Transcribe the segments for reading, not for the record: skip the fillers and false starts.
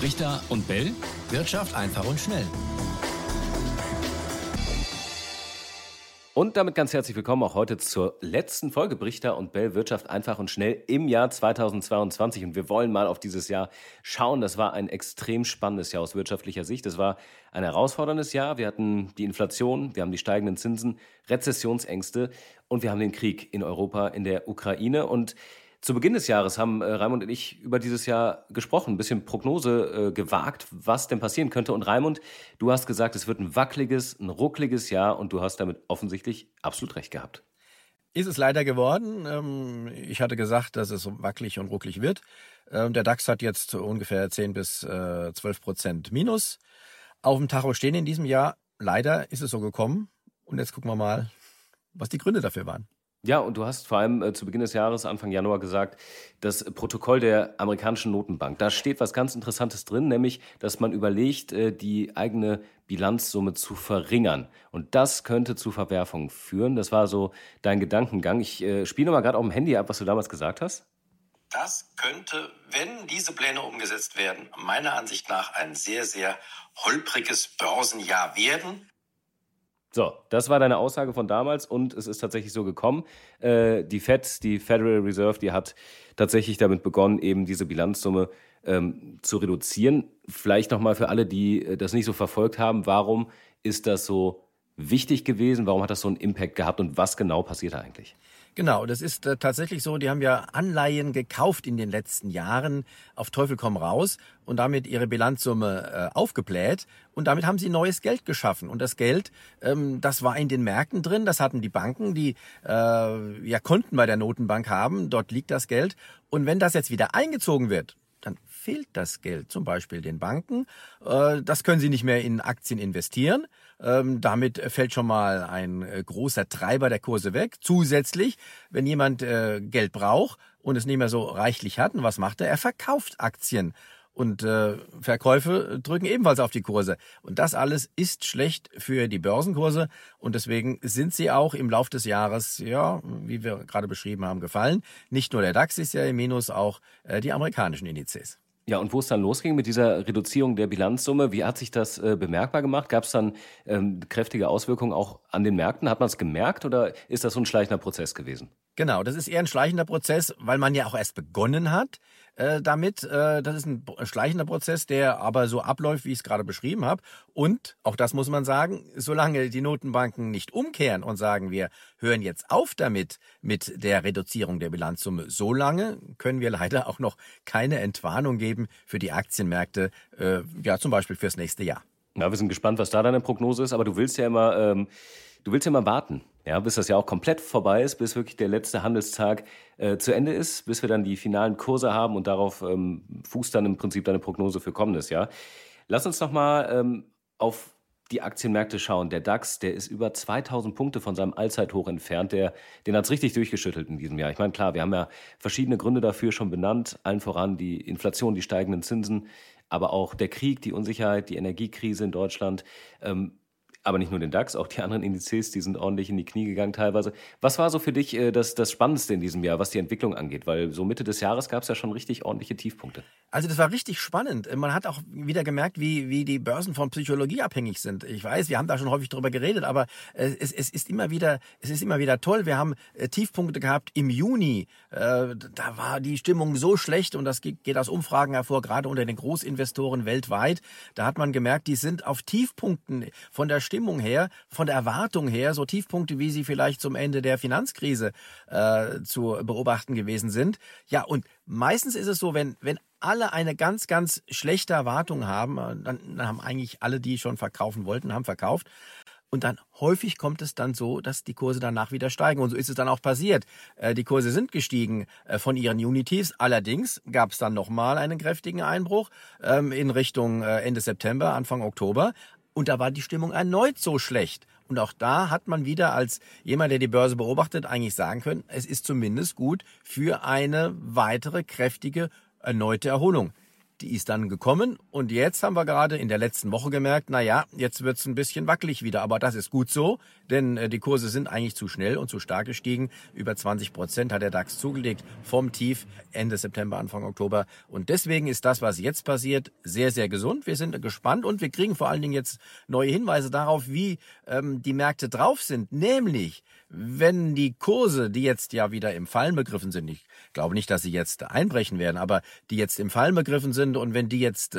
Brichter und Bell. Wirtschaft einfach und schnell. Und damit ganz herzlich willkommen auch heute zur letzten Folge Brichter und Bell Wirtschaft einfach und schnell im Jahr 2022. Und wir wollen mal auf dieses Jahr schauen. Das war ein extrem spannendes Jahr aus wirtschaftlicher Sicht. Es war ein herausforderndes Jahr. Wir hatten die Inflation, wir haben die steigenden Zinsen, Rezessionsängste und wir haben den Krieg in Europa, in der Ukraine. Und zu Beginn des Jahres haben Raimund und ich über dieses Jahr gesprochen, ein bisschen Prognose gewagt, was denn passieren könnte. Und Raimund, du hast gesagt, es wird ein wackeliges, ein ruckliges Jahr und du hast damit offensichtlich absolut recht gehabt. Ist es leider geworden. Ich hatte gesagt, dass es wackelig und rucklig wird. Der DAX hat jetzt ungefähr 10 bis 12% Minus auf dem Tacho stehen in diesem Jahr. Leider ist es so gekommen. Und jetzt gucken wir mal, was die Gründe dafür waren. Ja, und du hast vor allem zu Beginn des Jahres, Anfang Januar, gesagt, das Protokoll der amerikanischen Notenbank, da steht was ganz Interessantes drin, nämlich, dass man überlegt, die eigene Bilanzsumme zu verringern. Und das könnte zu Verwerfungen führen. Das war so dein Gedankengang. Ich spiele nochmal gerade auf dem Handy ab, was du damals gesagt hast. Das könnte, wenn diese Pläne umgesetzt werden, meiner Ansicht nach ein sehr, sehr holpriges Börsenjahr werden. So, das war deine Aussage von damals und es ist tatsächlich so gekommen. Die Fed, die Federal Reserve, die hat tatsächlich damit begonnen, eben diese Bilanzsumme zu reduzieren. Vielleicht nochmal für alle, die das nicht so verfolgt haben, warum ist das so wichtig gewesen? Warum hat das so einen Impact gehabt und was genau passiert da eigentlich? Genau, das ist tatsächlich so. Die haben ja Anleihen gekauft in den letzten Jahren auf Teufel komm raus und damit ihre Bilanzsumme aufgebläht. Und damit haben sie neues Geld geschaffen. Und das Geld, das war in den Märkten drin. Das hatten die Banken, die ja Konten bei der Notenbank haben. Dort liegt das Geld. Und wenn das jetzt wieder eingezogen wird, dann fehlt das Geld, zum Beispiel den Banken. Das können sie nicht mehr in Aktien investieren. Damit fällt schon mal ein großer Treiber der Kurse weg. Zusätzlich, wenn jemand Geld braucht und es nicht mehr so reichlich hat, was macht er? Er verkauft Aktien. Und Verkäufe drücken ebenfalls auf die Kurse. Und das alles ist schlecht für die Börsenkurse. Und deswegen sind sie auch im Lauf des Jahres, ja, wie wir gerade beschrieben haben, gefallen. Nicht nur der DAX ist ja im Minus, auch die amerikanischen Indizes. Ja, und wo es dann losging mit dieser Reduzierung der Bilanzsumme, wie hat sich das bemerkbar gemacht? Gab es dann kräftige Auswirkungen auch an den Märkten? Hat man es gemerkt oder ist das so ein schleichender Prozess gewesen? Genau, das ist eher ein schleichender Prozess, weil man ja auch erst begonnen hat damit. Das ist ein schleichender Prozess, der aber so abläuft, wie ich es gerade beschrieben habe. Und, auch das muss man sagen, solange die Notenbanken nicht umkehren und sagen, wir hören jetzt auf damit, mit der Reduzierung der Bilanzsumme, solange können wir leider auch noch keine Entwarnung geben für die Aktienmärkte, ja zum Beispiel fürs nächste Jahr. Ja, wir sind gespannt, was da deine Prognose ist, aber du willst ja immer warten, ja, bis das ja auch komplett vorbei ist, bis wirklich der letzte Handelstag zu Ende ist, bis wir dann die finalen Kurse haben und darauf fußt dann im Prinzip deine Prognose für kommendes Jahr. Lass uns noch mal auf die Aktienmärkte schauen. Der DAX, der ist über 2000 Punkte von seinem Allzeithoch entfernt. Den hat es richtig durchgeschüttelt in diesem Jahr. Ich meine, klar, wir haben ja verschiedene Gründe dafür schon benannt. Allen voran die Inflation, die steigenden Zinsen, aber auch der Krieg, die Unsicherheit, die Energiekrise in Deutschland. Aber nicht nur den DAX, auch die anderen Indizes, die sind ordentlich in die Knie gegangen teilweise. Was war so für dich das Spannendste in diesem Jahr, was die Entwicklung angeht? Weil so Mitte des Jahres gab es ja schon richtig ordentliche Tiefpunkte. Also das war richtig spannend. Man hat auch wieder gemerkt, wie die Börsen von Psychologie abhängig sind. Ich weiß, wir haben da schon häufig drüber geredet, aber es ist immer wieder toll. Wir haben Tiefpunkte gehabt im Juni. Da war die Stimmung so schlecht und das geht aus Umfragen hervor, gerade unter den Großinvestoren weltweit. Da hat man gemerkt, die sind auf Tiefpunkten von der Stimmung her, von der Erwartung her, so Tiefpunkte, wie sie vielleicht zum Ende der Finanzkrise zu beobachten gewesen sind. Ja, und meistens ist es so, wenn alle eine ganz, ganz schlechte Erwartung haben, dann haben eigentlich alle, die schon verkaufen wollten, haben verkauft. Und dann häufig kommt es dann so, dass die Kurse danach wieder steigen. Und so ist es dann auch passiert. Die Kurse sind gestiegen von ihren Juni-Tiefs. Allerdings gab es dann nochmal einen kräftigen Einbruch in Richtung Ende September, Anfang Oktober. Und da war die Stimmung erneut so schlecht. Und auch da hat man wieder als jemand, der die Börse beobachtet, eigentlich sagen können, es ist zumindest gut für eine weitere kräftige erneute Erholung. die ist dann gekommen und jetzt haben wir gerade in der letzten Woche gemerkt, jetzt wird's ein bisschen wackelig wieder, aber das ist gut so, denn die Kurse sind eigentlich zu schnell und zu stark gestiegen. Über 20% hat der DAX zugelegt vom Tief Ende September, Anfang Oktober und deswegen ist das, was jetzt passiert, sehr, sehr gesund. Wir sind gespannt und wir kriegen vor allen Dingen jetzt neue Hinweise darauf, wie die Märkte drauf sind, nämlich wenn die Kurse, die jetzt ja wieder im Fallen begriffen sind, ich glaube nicht, dass sie jetzt einbrechen werden, aber die jetzt im Fallen begriffen sind und wenn die jetzt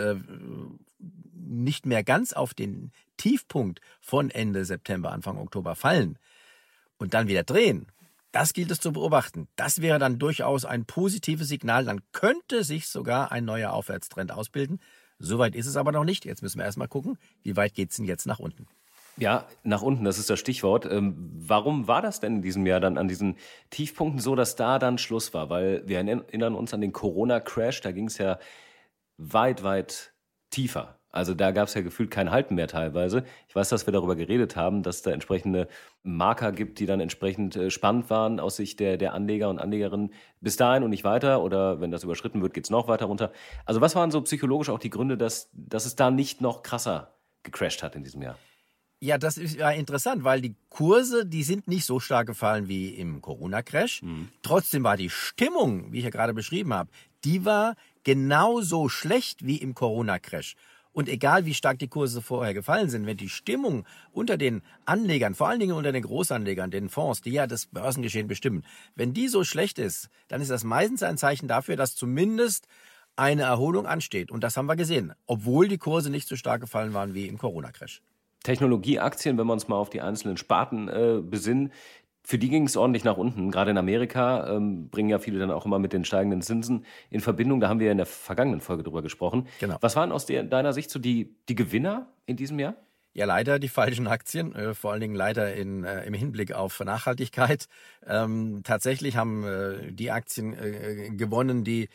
nicht mehr ganz auf den Tiefpunkt von Ende September, Anfang Oktober fallen und dann wieder drehen, das gilt es zu beobachten. Das wäre dann durchaus ein positives Signal, dann könnte sich sogar ein neuer Aufwärtstrend ausbilden. Soweit ist es aber noch nicht. Jetzt müssen wir erstmal gucken, wie weit geht es denn jetzt nach unten. Ja, nach unten, das ist das Stichwort. Warum war das denn in diesem Jahr dann an diesen Tiefpunkten so, dass da dann Schluss war? Weil wir erinnern uns an den Corona-Crash, da ging es ja weit, weit tiefer. Also da gab es ja gefühlt kein Halten mehr teilweise. Ich weiß, dass wir darüber geredet haben, dass da entsprechende Marker gibt, die dann entsprechend spannend waren aus Sicht der Anleger und Anlegerinnen bis dahin und nicht weiter. Oder wenn das überschritten wird, geht es noch weiter runter. Also was waren so psychologisch auch die Gründe, dass es da nicht noch krasser gecrasht hat in diesem Jahr? Ja, das ist ja interessant, weil die Kurse, die sind nicht so stark gefallen wie im Corona-Crash. Trotzdem war die Stimmung, wie ich ja gerade beschrieben habe, die war genauso schlecht wie im Corona-Crash. Und egal, wie stark die Kurse vorher gefallen sind, wenn die Stimmung unter den Anlegern, vor allen Dingen unter den Großanlegern, den Fonds, die ja das Börsengeschehen bestimmen, wenn die so schlecht ist, dann ist das meistens ein Zeichen dafür, dass zumindest eine Erholung ansteht. Und das haben wir gesehen, obwohl die Kurse nicht so stark gefallen waren wie im Corona-Crash. Technologieaktien, wenn wir uns mal auf die einzelnen Sparten besinnen, für die ging es ordentlich nach unten. Gerade in Amerika bringen ja viele dann auch immer mit den steigenden Zinsen in Verbindung. Da haben wir ja in der vergangenen Folge drüber gesprochen. Genau. Was waren aus deiner Sicht so die Gewinner in diesem Jahr? Ja, leider die falschen Aktien, vor allen Dingen leider im Hinblick auf Nachhaltigkeit. Tatsächlich haben die Aktien gewonnen, die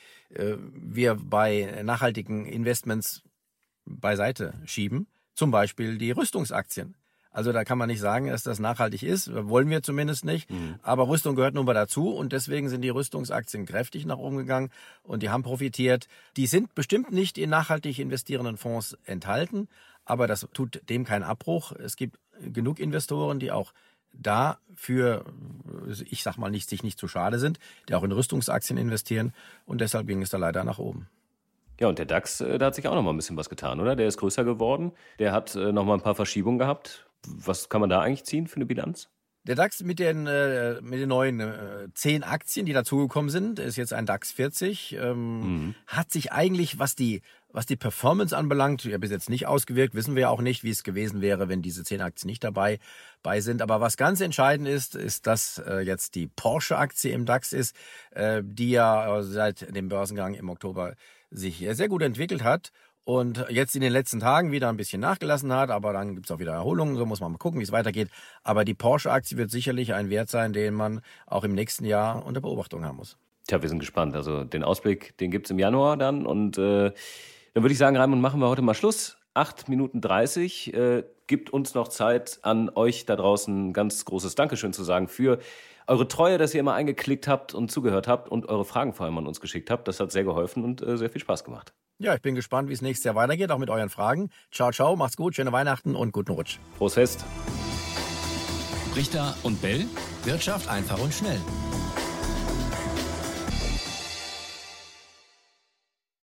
wir bei nachhaltigen Investments beiseite schieben. Zum Beispiel die Rüstungsaktien. Also da kann man nicht sagen, dass das nachhaltig ist. Wollen wir zumindest nicht. Aber Rüstung gehört nun mal dazu. Und deswegen sind die Rüstungsaktien kräftig nach oben gegangen. Und die haben profitiert. Die sind bestimmt nicht in nachhaltig investierenden Fonds enthalten. Aber das tut dem keinen Abbruch. Es gibt genug Investoren, die auch dafür, ich sag mal, sich nicht zu schade sind, die auch in Rüstungsaktien investieren. Und deshalb ging es da leider nach oben. Ja, und der DAX, da hat sich auch noch mal ein bisschen was getan, oder? Der ist größer geworden. Der hat noch mal ein paar Verschiebungen gehabt. Was kann man da eigentlich ziehen für eine Bilanz? Der DAX mit den neuen 10 Aktien, die dazugekommen sind, ist jetzt ein DAX 40, hat sich eigentlich, was die Performance anbelangt, ja bis jetzt nicht ausgewirkt, wissen wir ja auch nicht, wie es gewesen wäre, wenn diese 10 Aktien nicht dabei sind. Aber was ganz entscheidend ist, dass jetzt die Porsche-Aktie im DAX ist, die ja seit dem Börsengang im Oktober sich sehr gut entwickelt hat und jetzt in den letzten Tagen wieder ein bisschen nachgelassen hat, aber dann gibt es auch wieder Erholungen, so muss man mal gucken, wie es weitergeht. Aber die Porsche-Aktie wird sicherlich ein Wert sein, den man auch im nächsten Jahr unter Beobachtung haben muss. Tja, wir sind gespannt. Also den Ausblick, den gibt es im Januar dann. Und dann würde ich sagen, Raimund, machen wir heute mal Schluss. 8:30 gibt uns noch Zeit, an euch da draußen ein ganz großes Dankeschön zu sagen für eure Treue, dass ihr immer eingeklickt habt und zugehört habt und eure Fragen vor allem an uns geschickt habt. Das hat sehr geholfen und sehr viel Spaß gemacht. Ja, ich bin gespannt, wie es nächstes Jahr weitergeht, auch mit euren Fragen. Ciao, ciao, macht's gut, schöne Weihnachten und guten Rutsch. Frohes Fest. Richter und Bell. Wirtschaft einfach und schnell.